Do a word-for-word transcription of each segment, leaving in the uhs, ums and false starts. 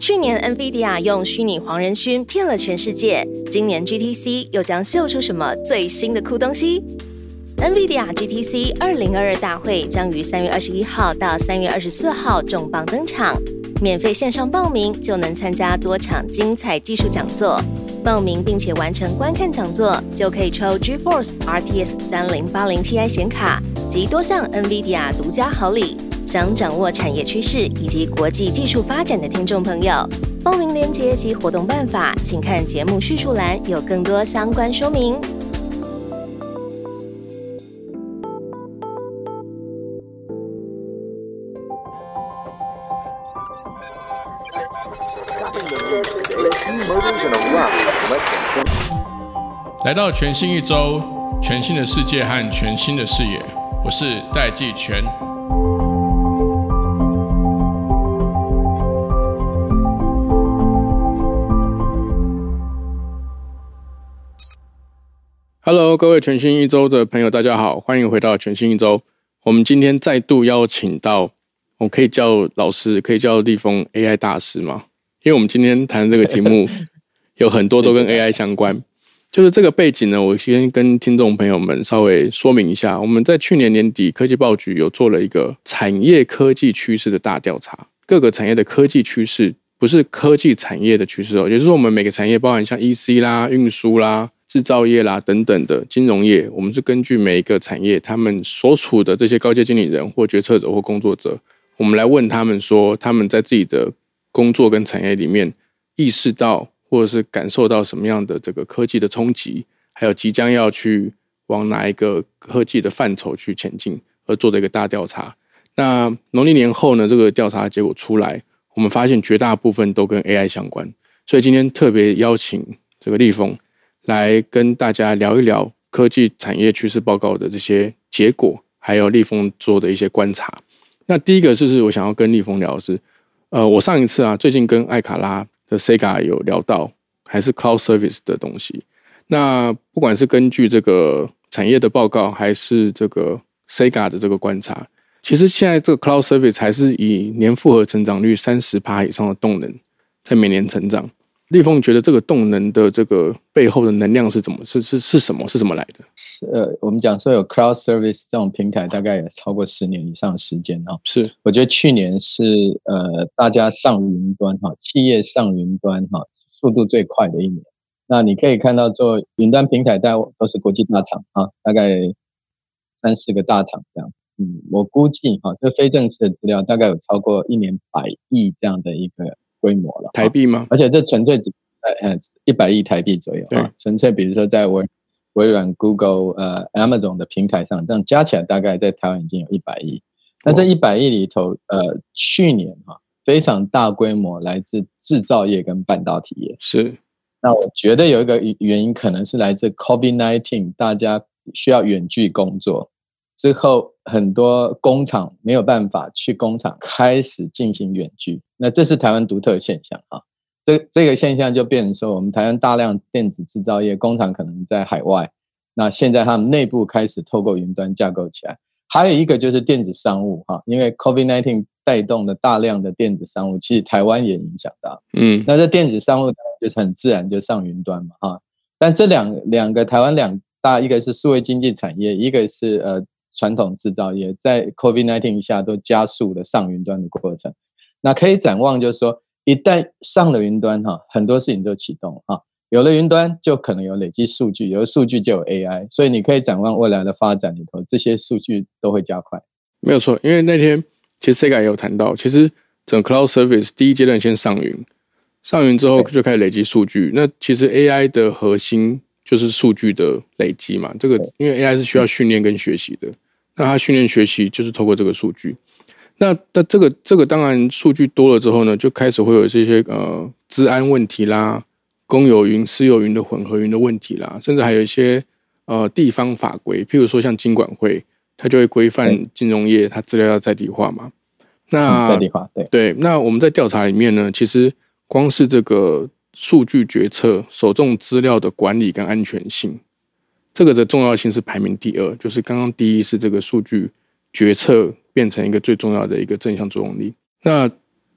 去年 NVIDIA 用虚拟黄仁勋骗了全世界，今年 G T C 又将秀出什么最新的酷东西？NVIDIA G T C 二零二二大会将于三月二十一号到三月二十四号重磅登场，免费线上报名就能参加多场精彩技术讲座。报名并且完成观看讲座，就可以抽 GeForce R T X 三零八零 Ti 显卡及多项 NVIDIA 独家好礼。想掌握产业趋势以及国际技术发展的听众朋友，报名链接及活动办法，请看节目叙述栏，有更多相关说明。 来到全新一周，全新的世界和全新的视野，我是戴季全。Hello， 各位全新一周的朋友，大家好，欢迎回到全新一周。我们今天再度邀请到，我可以叫老师，可以叫立峰 A I 大师吗？因为我们今天谈的这个题目有很多都跟 A I 相关。就是这个背景呢，我先跟听众朋友们稍微说明一下。我们在去年年底，科技报局有做了一个产业科技趋势的大调查，各个产业的科技趋势，不是科技产业的趋势哦，也就是说我们每个产业，包含像 E C 啦、运输啦、制造业啦等等的金融业，我们是根据每一个产业他们所处的这些高阶经理人或决策者或工作者，我们来问他们说，他们在自己的工作跟产业里面意识到或者是感受到什么样的这个科技的冲击，还有即将要去往哪一个科技的范畴去前进，而做的一个大调查。那农历年后呢，这个调查结果出来，我们发现绝大部分都跟 A I 相关，所以今天特别邀请这个立峰来跟大家聊一聊科技产业趋势报告的这些结果，还有立峰做的一些观察。那第一个就是我想要跟立峰聊的是，呃，我上一次啊，最近跟艾卡拉的 Sega 有聊到，还是 Cloud Service 的东西。那不管是根据这个产业的报告，还是这个 Sega 的这个观察，其实现在这个 Cloud Service 还是以年复合成长率 百分之三十 以上的动能在每年成长。立峰觉得这个动能的这个背后的能量是怎么是是是什么是怎么来的？ 呃，我们讲说有 Cloud Service 这种平台，大概也超过十年以上的时间哈。 是， 我觉得去年是呃大家上云端哈，企业上云端哈，速度最快的一年。那你可以看到做云端平台，大概都是国际大厂啊，大概三四个大厂这样。嗯，我估计哈，这非正式的资料大概有超过一年百亿这样的一个规模了， 台币吗？ 而且这纯粹只在呃一百亿台币左右啊，纯粹比如说在微微软、Google、呃 Amazon 的平台上，这样加起来大概在台湾已经有一百亿。那这一百亿里头，呃，去年哈、啊、非常大规模来自制造业跟半导体业。 是。 那我觉得有一个原因可能是来自 COVID 十九， 大家需要远距工作之后，很多工厂没有办法去工厂开始进行远距，那这是台湾独特的现象啊。这这个现象就变成说，我们台湾大量电子制造业工厂可能在海外，那现在他们内部开始透过云端架构起来。还有一个就是电子商务哈，因为 COVID 十九 带动了大量的电子商务，其实台湾也影响到。嗯，那这电子商务就是很自然就上云端嘛哈。但这两两个台湾两大，一个是数位经济产业，一个是呃传统制造业，在 COVID 十九 下都加速了上云端的过程。那可以展望就是说，一旦上了云端哈，很多事情就启动哈。有了云端，就可能有累积数据，有了数据就有 A I， 所以你可以展望未来的发展里头，这些数据都会加快。 没有错，因为那天其实 Sega 也有谈到，其实整个 Cloud Service 第一阶段先上云，上云之后就开始累积数据。那其实 A I 的核心就是数据的累积嘛，这个因为 A I 是需要训练跟学习的，那它训练学习就是透过这个数据。那那这个这个当然数据多了之后呢，就开始会有这些呃资安问题啦。公有云、私有云的混合云的问题啦，甚至还有一些呃地方法规，譬如说像金管会，它就会规范金融业，它资料要在地化嘛。那、 嗯、在地化，对对。那我们在调查里面呢，其实光是这个数据决策、手中资料的管理跟安全性，这个的重要性是排名第二，就是刚刚第一是这个数据决策变成一个最重要的一个正向作用力。那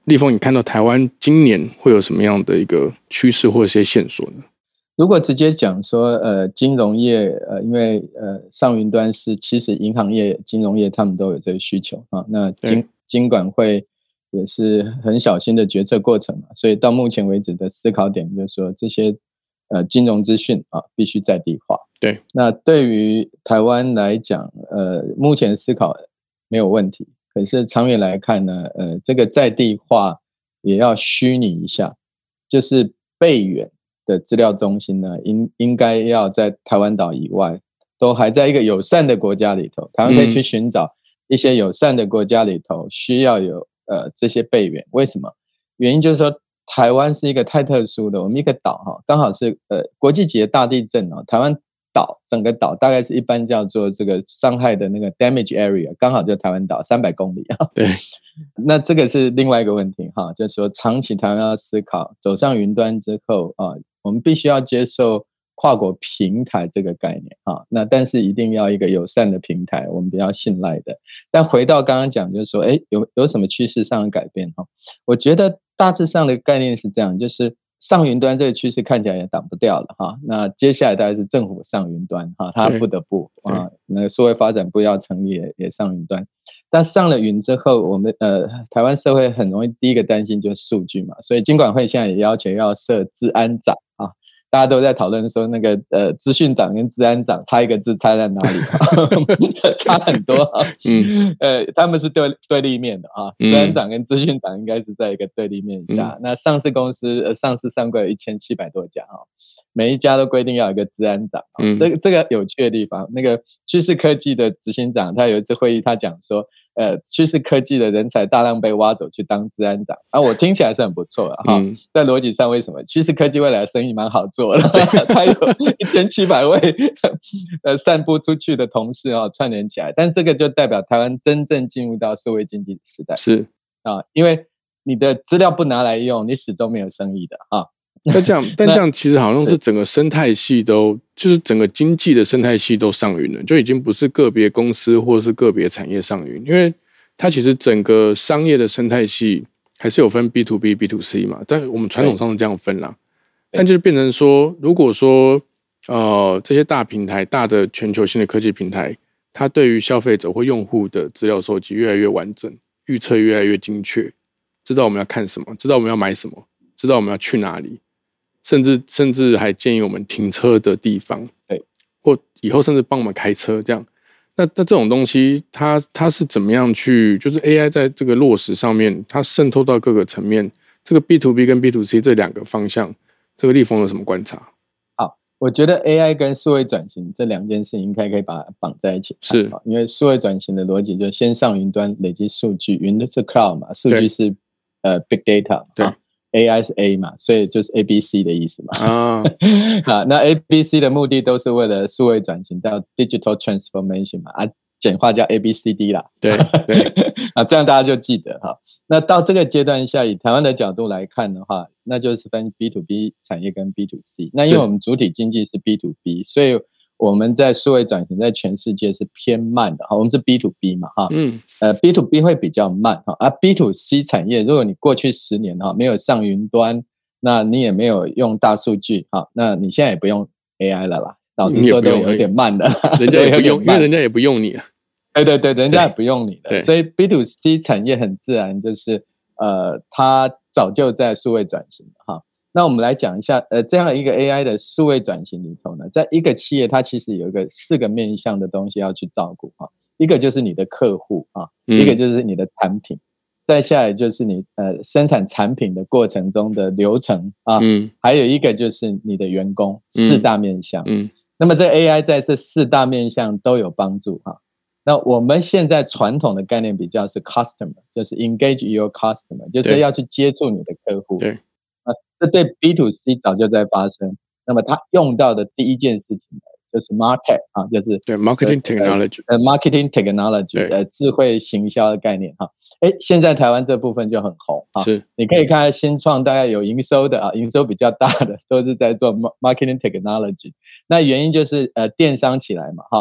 立峰，你看到台湾今年会有什么样的一个趋势或者一些线索呢？ 如果直接讲说，呃，金融业，呃，因为呃，上云端是其实银行业、金融业他们都有这个需求啊。那金金管会也是很小心的决策过程嘛，所以到目前为止的思考点就是说，这些呃金融资讯啊必须在地化。 对， 那对于台湾来讲，呃，目前思考没有问题，可是长远来看呢，呃，这个在地化也要虚拟一下，就是备远的资料中心呢，应应该要在台湾岛以外，都还在一个友善的国家里头。台湾可以去寻找一些友善的国家里头，需要有呃这些备援。为什么？原因就是说，台湾是一个太特殊的，我们一个岛哈，刚好是呃国际级的大地震哦，台湾岛整个岛大概是一般叫做这个伤害的那个 damage area， 刚好就台湾岛三百公里啊。 对。 那这个是另外一个问题哈，就是说长期台湾要思考走上云端之后啊，我们必须要接受跨国平台这个概念啊。那但是一定要一个友善的平台，我们比较信赖的。但回到刚刚讲，就是说，哎，有有什么趋势上的改变哈？我觉得大致上的概念是这样，就是上云端这个趋势看起来也挡不掉了哈。那接下来大概是政府上云端哈，它不得不啊，那个数位发展部要成立 也, 也上云端。但上了云之后，我们呃台湾社会很容易第一个担心就是数据嘛，所以金管会现在也要求要设资安长啊，大家都在讨论说那个呃资讯长跟资安长差一个字差在哪里、啊、差很多、啊、嗯呃他们是对对立面的啊，资安长跟资讯长应该是在一个对立面下。嗯、那上市公司呃上市上柜有一千七百多家啊，每一家都规定要有一个资安长、啊嗯、这个这个有趣的地方，那个趋势科技的执行长他有一次会议他讲说。呃，趋势科技的人才大量被挖走去当资安长啊，我听起来是很不错的哈、嗯。在逻辑上，为什么趋势科技未来的生意蛮好做的？它有一千七百位呃散布出去的同事啊，串联起来，但这个就代表台湾真正进入到数位经济时代是啊，因为你的资料不拿来用，你始终没有生意的啊。 但这样，但这样其实好像是整个生态系都，就是整个经济的生态系都上云了，就已经不是个别公司或是个别产业上云，因为它其实整个商业的生态系还是有分 B to B、B to C 嘛，但我们传统上是这样分啦。但就是变成说，如果说呃这些大平台、大的全球性的科技平台，它对于消费者或用户的资料收集越来越完整，预测越来越精确，知道我们要看什么，知道我们要买什么，知道我们要去哪里。甚至甚至还建议我们停车的地方， 对， 或以后甚至帮我们开车这样。那那这种东西，它它是怎么样去，就是 A I 在这个落实上面，它渗透到各个层面。这个 B to B 跟 B to C 这两个方向，这个立峰有什么观察？ 好，我觉得 A I 跟数位转型这两件事应该可以把它绑在一起。 是， 因为数位转型的逻辑就是先上云端累积数据，云的是 cloud 嘛，数据是呃 big data 嘛。 对。 A I 是 A 嘛，所以就是 A B C 的意思嘛。 啊， 啊，那 A B C 的目的都是为了数位转型，叫 digital transformation 嘛，啊，简化叫 A B C D 啦。 对对， 啊，这样大家就记得哈。那到这个阶段下，以台湾的角度来看的话，那就是分 B to B 产业跟 B to C。那因为我们主体经济是 B to B， 所以我们在数位转型在全世界是偏慢的哈，我们是 B to B 嘛哈，嗯，呃 B to B 会比较慢哈，而 B to C 产业，如果你过去十年哈没有上云端，那你也没有用大数据哈，那你现在也不用 A I 了啦，老实说都有点慢的， 人家也不用，因为人家也不用你啊， 对对对，人家也不用你的，所以 B to C 产业很自然就是呃，它早就在数位转型哈。那我们来讲一下，呃，这样一个 A I 的数位转型里头呢，在一个企业，它其实有一个四个面向的东西要去照顾哈。一个就是你的客户啊，嗯、一个就是你的产品，再下来就是你呃生产产品的过程中的流程啊，嗯，还有一个就是你的员工，四大面向。嗯，那么这 A I 在这四大面向都有帮助哈。那我们现在传统的概念比较是 customer， 就是 engage your customer， 就是要去接触你的客户。 对。 这对 B to C 早就在发生，那么它用到的第一件事情就是 market 啊，就是对 marketing technology， 呃 marketing technology 呃智慧行销的概念哈。哎，现在台湾这部分就很红啊， 是你可以看新创大概有营收的啊，营收比较大的都是在做 marketing technology。那原因就是呃电商起来嘛哈，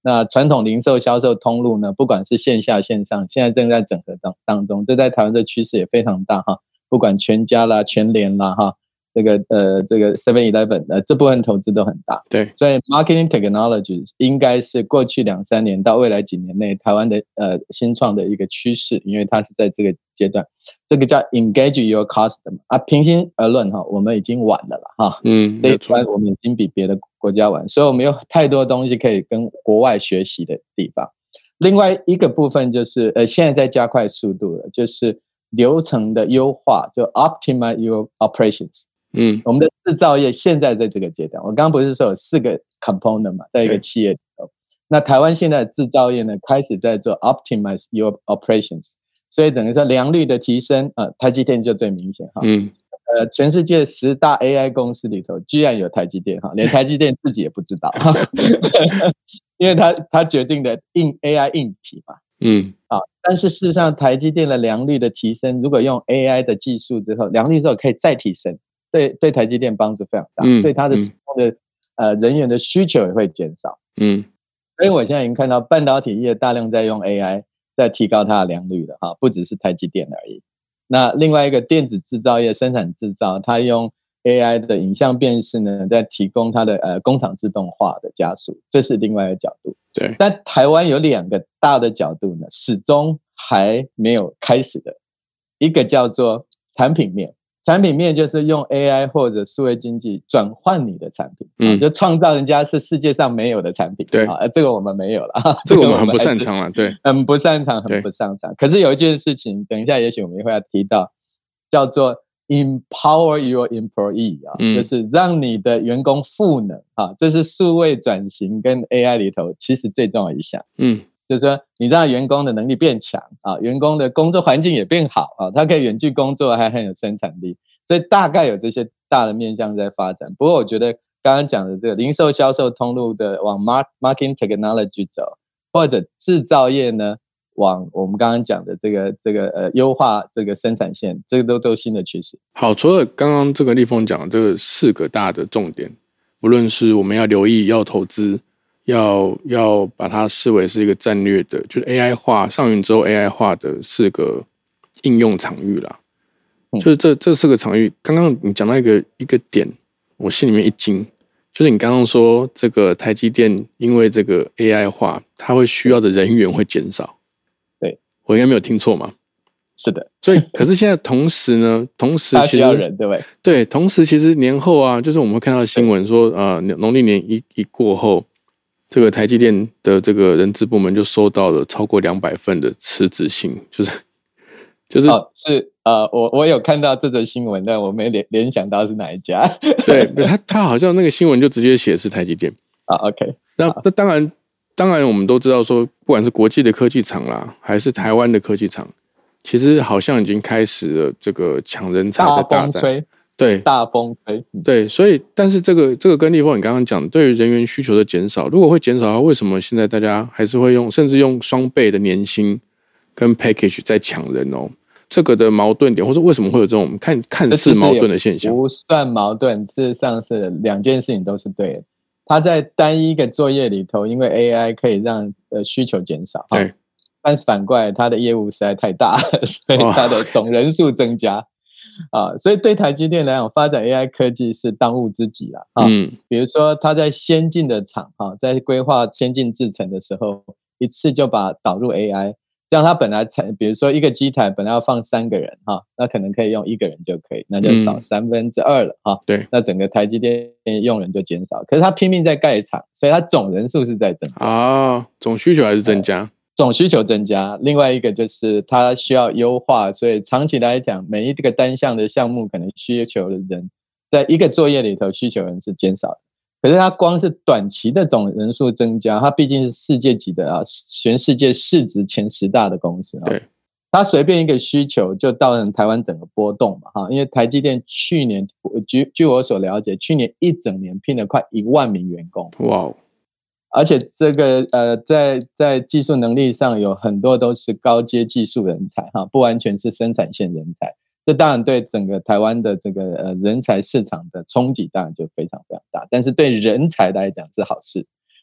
那传统零售销售通路呢，不管是线下线上，现在正在整合当当中，这在台湾的趋势也非常大哈。不管全家啦、全联啦哈，这个呃这个 seven eleven 呃这部分投资都很大。 对， 所以 marketing technology 应该是过去两三年到未来几年内台湾的呃新创的一个趋势，因为它是在这个阶段。这个叫 engage your customer 啊，平心而论哈，我们已经晚了啦哈。 嗯， 这一关我们已经比别的国家晚，所以我们有太多东西可以跟国外学习的地方。另外一个部分就是呃现在在加快速度了，就是流程的优化，就 optimize your operations。嗯，我们的制造业现在在这个阶段，我刚刚不是说有四个 component 嘛，在一个企业里头，那台湾现在的制造业呢开始在做 optimize your operations。所以等于说良率的提升，呃，台积电就最明显哈。嗯，呃，全世界十大 A I 公司里头，居然有台积电哈，连台积电自己也不知道，因为他他决定的硬 A I 硬体嘛。嗯，啊，但是事实上，台积电的良率的提升，如果用 A I 的技术之后，良率之后可以再提升，对对台积电帮助非常大，嗯、对它的使用的、嗯、呃人员的需求也会减少。嗯，所以我现在已经看到半导体业大量在用 A I。在提高它的良率的哈，不只是台积电而已。那另外一个电子制造业生产制造，它用 A I 的影像辨识呢，在提供它的呃工厂自动化的加速，这是另外一个角度。 对， 但台湾有两个大的角度呢，始终还没有开始的，一个叫做产品面。产品面就是用 A I 或者数位经济转换你的产品，嗯，就创造人家是世界上没有的产品， 对， 啊，这个我们没有了， 这个我们很不擅长了，对， 很不擅长，很不擅长。可是有一件事情，等一下也许我们会要提到，叫做 empower your employee 啊，嗯，就是让你的员工赋能啊，这是数位转型跟 A I 里头其实最重要一项，嗯。就是说，你让员工的能力变强啊，员工的工作环境也变好啊，他可以远距工作，还很有生产力，所以大概有这些大的面向在发展。不过，我觉得刚刚讲的这个零售销售通路的往 marketing technology 走，或者制造业呢往我们刚刚讲的这个这个呃优化这个生产线，这个都都新的趋势。 好，除了刚刚这个立峰讲的这个四个大的重点，不论是我们要留意要投资。要要把它视为是一个战略的，就是 A I 化上云之后 A I 化的四个应用场域啦。嗯、就是这这四个场域，刚刚你讲到一个一个点，我心里面一惊，就是你刚刚说这个台积电因为这个 A I 化，它会需要的人员会减少。 对， 我应该没有听错嘛？ 是的。 所以，可是现在同时呢，同时其实需要人，对不对？ 对，同时其实年后啊，就是我们会看到新闻说，呃，农历年一一过后。这个台积电的这个人资部门就收到了超过两百份的辞职信，就是就是、 哦、是呃，我我有看到这则新闻，但我没联联想到是哪一家。 对，他他好像那个新闻就直接写是台积电啊。OK， 那那当然当然我们都知道说，不管是国际的科技厂啦，还是台湾的科技厂，其实好像已经开始了这个抢人才的大战。对， 大风吹， 对，所以，但是这个这个跟立峰你刚刚讲，对于人员需求的减少，如果会减少的话，为什么现在大家还是会用，甚至用双倍的年薪跟 package 在抢人哦？这个的矛盾点，或者为什么会有这种看看似矛盾的现象？ 不算矛盾，事实上是两件事情都是对的。它在单一个作业里头，因为 A I 可以让呃需求减少， 对， 但是反过来它的业务实在太大了，所以它的总人数增加。哦啊，所以对台积电来讲，发展 A I 科技是当务之急啦。啊，嗯，比如说它在先进的厂哈，在规划先进制程的时候，一次就把导入 A I， 这样它本来才，比如说一个机台本来要放三个人哈，那可能可以用一个人就可以，那就少三分之二了哈。 对， 那整个台积电用人就减少，可是它拼命在盖厂，所以它总人数是在增加啊，总需求还是增加。 总需求增加，另外一个就是它需要优化，所以长期来讲，每一个单项的项目可能需求的人，在一个作业里头需求人是减少的。可是它光是短期的总人数增加，它毕竟是世界级的啊，全世界市值前十大的公司啊， 对， 它随便一个需求就造成台湾整个波动嘛哈，因为台积电去年据据我所了解，去年一整年聘了快一万名员工， 哇。 而且这个呃，在在技术能力上有很多都是高阶技术人才哈，不完全是生产线人才。这当然对整个台湾的这个呃人才市场的冲击当然就非常非常大，但是对人才来讲是好事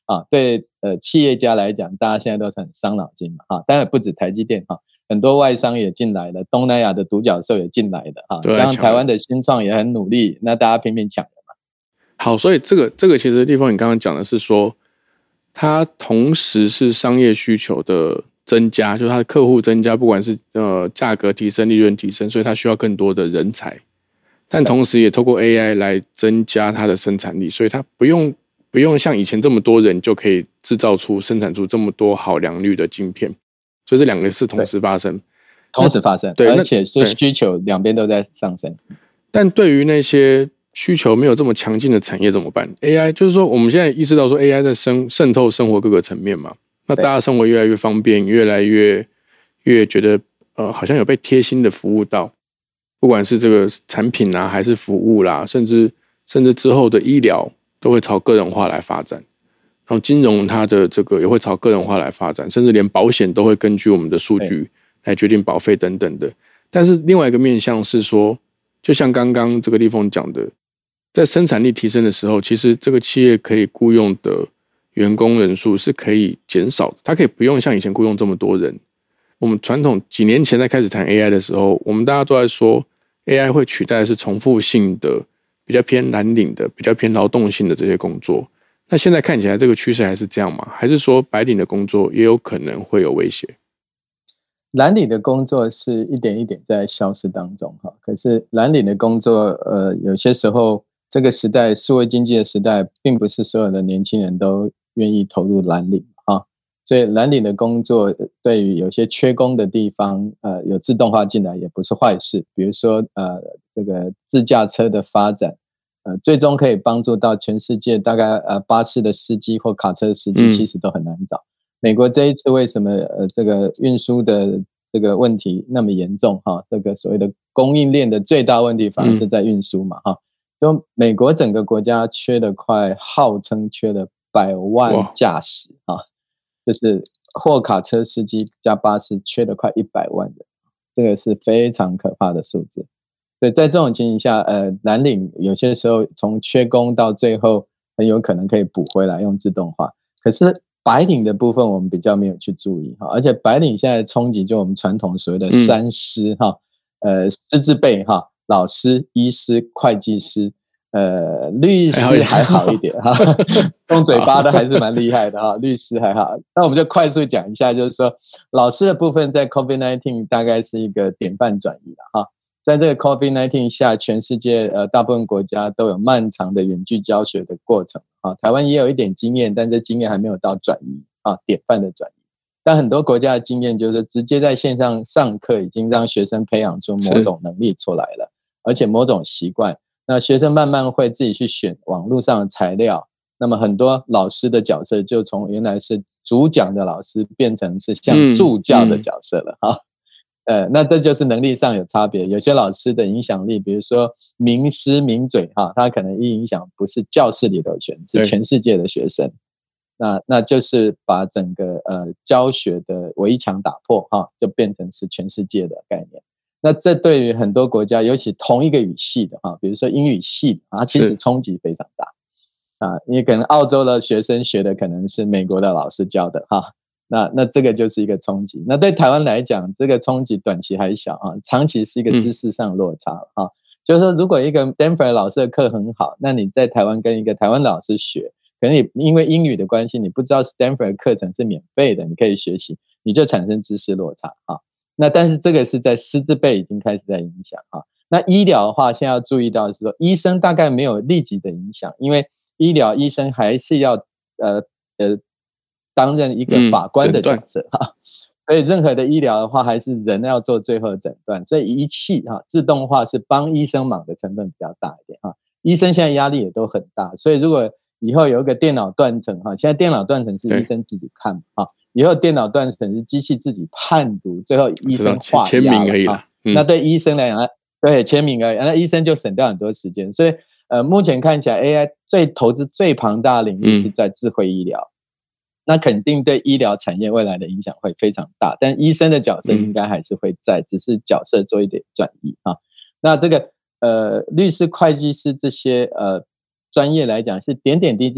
啊，对呃企业家来讲，大家现在都是很伤脑筋嘛，哈、啊，当然不止台积电哈、啊，很多外商也进来了，东南亚的独角兽也进来了哈，加上台湾的新创也很努力，那大家拼命抢了嘛。 好，所以这个这个其实立峰你刚刚讲的是说，它同时是商业需求的增加，就是它的客户增加，不管是呃价格提升、利润提升，所以它需要更多的人才。但同时也透过 A I 来增加它的生产力，所以它不用不用像以前这么多人就可以制造出生产出这么多好良率的晶片，所以这两个是同时发生， 同时发生， 对， 而且是需求两边都在上升。 但对于那些需求没有这么强劲的产业怎么办 ？A I 就是说我们现在意识到说 A I 在渗渗透生活各个层面嘛，那大家生活越来越方便，越来越越觉得呃好像有被贴心的服务到。不管是这个产品啊，还是服务啦，甚至甚至之后的医疗都会朝个人化来发展，然后金融它的这个也会朝个人化来发展，甚至连保险都会根据我们的数据来决定保费等等的。但是另外一个面向是说，就像刚刚这个立峰讲的，在生产力提升的时候，其实这个企业可以雇用的员工人数是可以减少的，它可以不用像以前雇用这么多人。我们传统几年前在开始谈 A I 的时候，我们大家都在说 A I 会取代的是重复性的、比较偏蓝领的、比较偏劳动性的这些工作。那现在看起来这个趋势还是这样吗？还是说白领的工作也有可能会有威胁？ 蓝领的工作是一点一点在消失当中哈，可是蓝领的工作，呃，有些时候这个时代数位经济的时代，并不是所有的年轻人都愿意投入蓝领哈。所以蓝领的工作对于有些缺工的地方，呃，有自动化进来也不是坏事。比如说，呃，这个自驾车的发展，呃，最终可以帮助到全世界大概呃巴士的司机或卡车的司机，其实都很难找。嗯、美国这一次为什么呃这个运输的这个问题那么严重哈？这个所谓的供应链的最大问题反而是在运输嘛哈。就美国整个国家缺了快，号称缺了百万驾驶啊。就是货卡车司机加巴士缺了快一百万人，这个是非常可怕的数字。所以在这种情形下，呃，蓝领有些时候从缺工到最后很有可能可以补回来用自动化。可是白领的部分我们比较没有去注意哈，而且白领现在冲击就我们传统所谓的三师哈、嗯，呃，师字辈哈，老师、医师、会计师。呃，律师还好一点哈，动嘴巴的还是蛮厉害的哈。律师还好，那我们就快速讲一下，就是说老师的部分在 COVID 十九 大概是一个典范转移了哈。在这个 COVID 十九 下，全世界呃大部分国家都有漫长的远距教学的过程啊。台湾也有一点经验，但这经验还没有到转移啊，典范的转移。但很多国家的经验就是直接在线上上课，已经让学生培养出某种能力出来了，而且某种习惯。那学生慢慢会自己去选网络上的材料，那么很多老师的角色就从原来是主讲的老师变成是像助教的角色了哈、嗯嗯。呃，那这就是能力上有差别。有些老师的影响力，比如说名师名嘴哈，他可能一影响不是教室里的全，是全世界的学生。那那就是把整个呃教学的围墙打破哈，就变成是全世界的概念。那这对于很多国家，尤其同一个语系的哈，比如说英语系啊，其实冲击非常大啊。因为可能澳洲的学生学的可能是美国的老师教的哈，那那这个就是一个冲击。那对台湾来讲，这个冲击短期还小啊，长期是一个知识上落差哈、嗯。就是说，如果一个 Stanford 老师的课很好，那你在台湾跟一个台湾老师学，可能你因为英语的关系，你不知道 Stanford 的课程是免费的，你可以学习，你就产生知识落差哈。那但是这个是在师资辈已经开始在影响哈。那医疗的话，现在要注意到的是说，医生大概没有立即的影响，因为医疗医生还是要呃呃担任一个法官的角色哈、嗯。所以任何的医疗的话，还是人要做最后的诊断，所以仪器哈自动化是帮医生忙的成分比较大一点哈。医生现在压力也都很大，所以如果以后有一个电脑断层哈，现在电脑断层是医生自己看哈。以后电脑断层是机器自己判读，最后医生画押签名而已啦、 嗯、那对医生来讲，对签名而已，那医生就省掉很多时间。所以呃，目前看起来 A I 最投资最庞大的领域是在智慧医疗、嗯，那肯定对医疗产业未来的影响会非常大。但医生的角色应该还是会在，嗯、只是角色做一点转移啊。那这个呃律师、会计师这些呃专业来讲，是点点滴滴在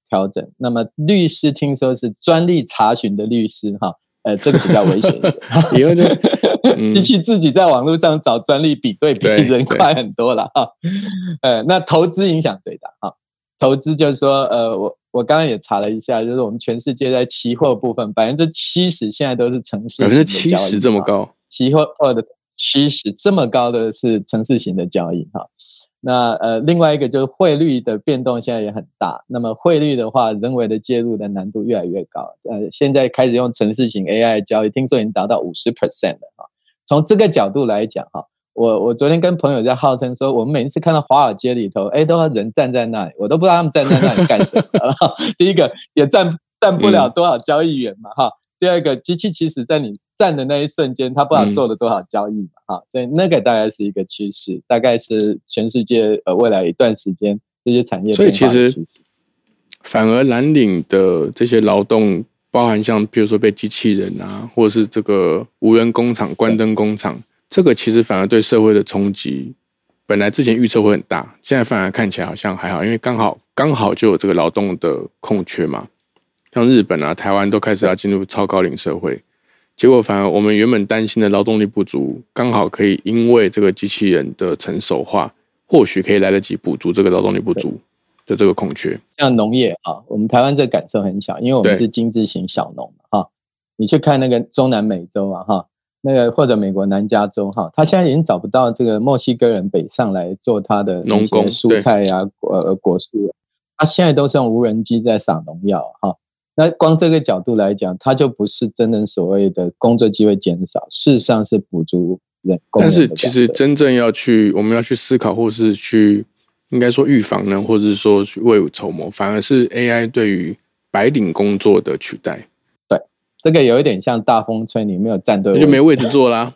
调整。那么律师听说是专利查询的律师哈，呃，这个比较危险一点。 以后就、嗯、 机器自己在网络上找专利比对，比人快很多了哈。呃，那投资影响最大哈。投资就是说，呃，我我刚刚也查了一下，就是我们全世界在期货部分百分之七十现在都是程式型的交易，百分之七十这么高， 期货的七十这么高的是程式型的交易哈。那呃，另外一个就是汇率的变动现在也很大。那么汇率的话，人为的介入的难度越来越高。呃，现在开始用程式型 A I 交易，听说已经达到 百分之五十 了哈。从这个角度来讲哈，我我昨天跟朋友在号称说，我们每一次看到华尔街里头，哎，都有人站在那里，我都不知道他们站在那里干什么。第一个也站站不了多少交易员嘛哈。嗯，第二个，机器其实在你站的那一瞬间，它不知道做了多少交易嘛，哈、嗯，所以那个大概是一个趋势，大概是全世界呃未来一段时间这些产业变化的趋势。 所以其实反而蓝领的这些劳动，包含像比如说被机器人啊，或者是这个无人工厂、关灯工厂，这个其实反而对社会的冲击，本来之前预测会很大，现在反而看起来好像还好，因为刚好刚好就有这个劳动的空缺嘛。像日本啊、台湾都开始要进入超高龄社会，结果反而我们原本担心的劳动力不足，刚好可以因为这个机器人的成熟化，或许可以来得及补足这个劳动力不足的这个空缺。 像农业啊，我们台湾这个感受很小，因为我们是精致型小农嘛哈。你去看那个中南美洲啊哈，那个或者美国南加州哈，他现在已经找不到这个墨西哥人北上来做他的农工蔬菜呀、啊、呃果蔬，他现在都是用无人机在撒农药哈。那光这个角度来讲，它就不是真正所谓的工作机会减少，事实上是补足人工人的。但是其实真正要去，我们要去思考，或是去应该说预防呢，或者是说去未雨绸缪，反而是 A I 对于白领工作的取代。 对，这个有一点像大风吹，你没有站对位置， 就没位置坐啦。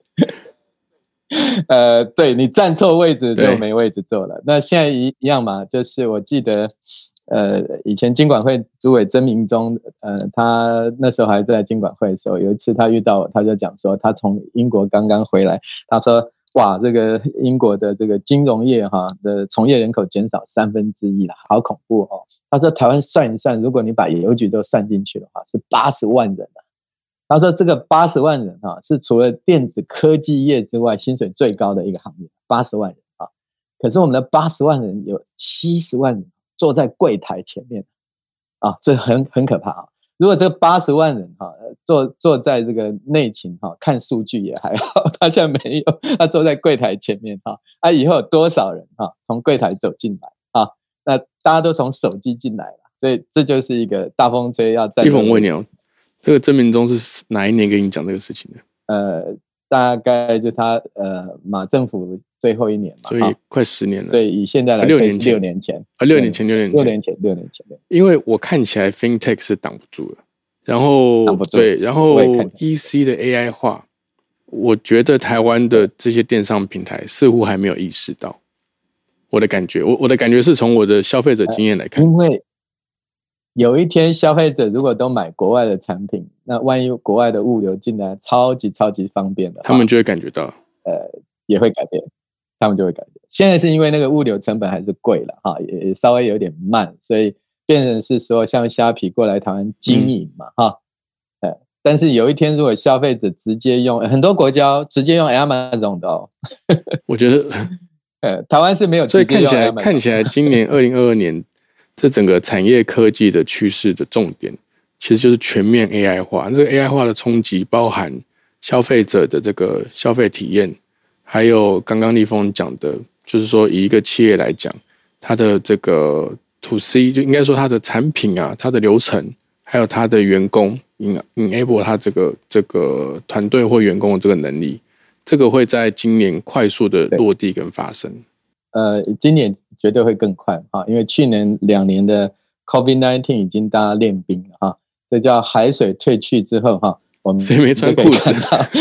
呃，对，你站错位置就没位置坐了。那现在一一样嘛，就是我记得。呃，以前金管会主委曾明忠，呃，他那时候还在金管会的时候，有一次他遇到我，他就讲说，他从英国刚刚回来，他说，哇，这个英国的这个金融业哈的从业人口减少三分之一了，好恐怖哦。他说台湾算一算，如果你把邮局都算进去的话，是八十万人啊。他说这个八十万人哈，是除了电子科技业之外，薪水最高的一个行业，八十万人啊。可是我们的八十万人有七十万人。坐在柜台前面啊，这很很可怕啊！如果这八十万人哈、啊、坐坐在这个内勤哈、啊、看数据也还好，他现在没有，他坐在柜台前面哈，啊以后有多少人哈、啊、从柜台走进来啊？那大家都从手机进来了，所以这就是一个大风吹要站。 立峰，我问你哦，这个曾明忠是哪一年跟你讲这个事情的？ 呃，大概就他呃马政府最后一年嘛， 所以快十年了。 所以以现在来六年前， 六年前啊，六年前，六年前， 六年前，六年前。 因为我看起来 FinTech 是挡不住了，然后对，然后 E C 的 A I 化，我觉得台湾的这些电商平台似乎还没有意识到。我的感觉，我我的感觉是从我的消费者经验来看， 因为有一天消费者如果都买国外的产品，那万一国外的物流进来超级超级方便的， 他们就会感觉到， 呃，也会改变。他们就会改变。现在是因为那个物流成本还是贵了哈，也稍微有点慢，所以变成是说像虾皮过来台湾经营嘛、嗯、哈，呃，但是有一天如果消费者直接用很多国家直接用 Amazon 的哦， 我觉得， 呃，台湾是没有直接用 Amazon， 所以看起来看起来今年二零二二年这整个产业科技的趋势的重点，其实就是全面 A I 化。这个 A I 化的冲击包含消费者的这个消费体验。还有刚刚立峰讲的，就是说以一个企业来讲，它的这个 to C 就应该说它的产品啊，它的流程，还有它的员工 enable 它这个这个团队或员工的这个能力，这个会在今年快速的落地跟发生。 呃，今年绝对会更快啊，因为去年两年的 COVID 十九 已经大家练兵了哈，这叫海水退去之后哈，我们谁没穿裤子？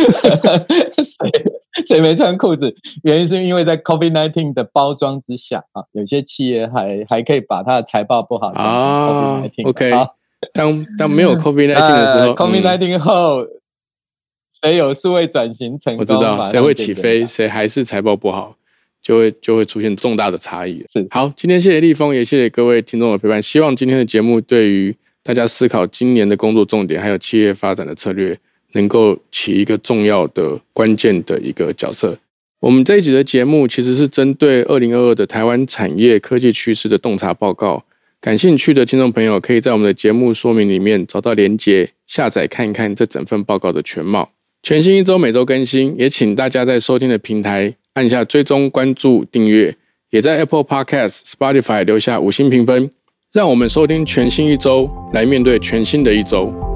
谁没穿裤子？原因是因为在 COVID 十九 的包装之下啊，有些企业还还可以把它的财报不好啊 COVID 十九 OK， 当当没有 COVID 十九 的时候、呃、 COVID 十九 后，谁有数位转型成功？ 我知道谁会起飞，谁还是财报不好。 就会就会出现重大的差异。 是， 好，今天谢谢立峰，也谢谢各位听众的陪伴。希望今天的节目对于大家思考今年的工作重点，还有企业发展的策略，能够起一个重要的关键的一个角色。我们这一集的节目其实是针对二零二二的台湾产业科技趋势的洞察报告，感兴趣的听众朋友可以在我们的节目说明里面找到连结，下载看一看这整份报告的全貌。全新一周每周更新，也请大家在收听的平台按下追踪、关注、订阅，也在 Apple Podcast、Spotify 留下五星评分，让我们收听全新一周，来面对全新的一周。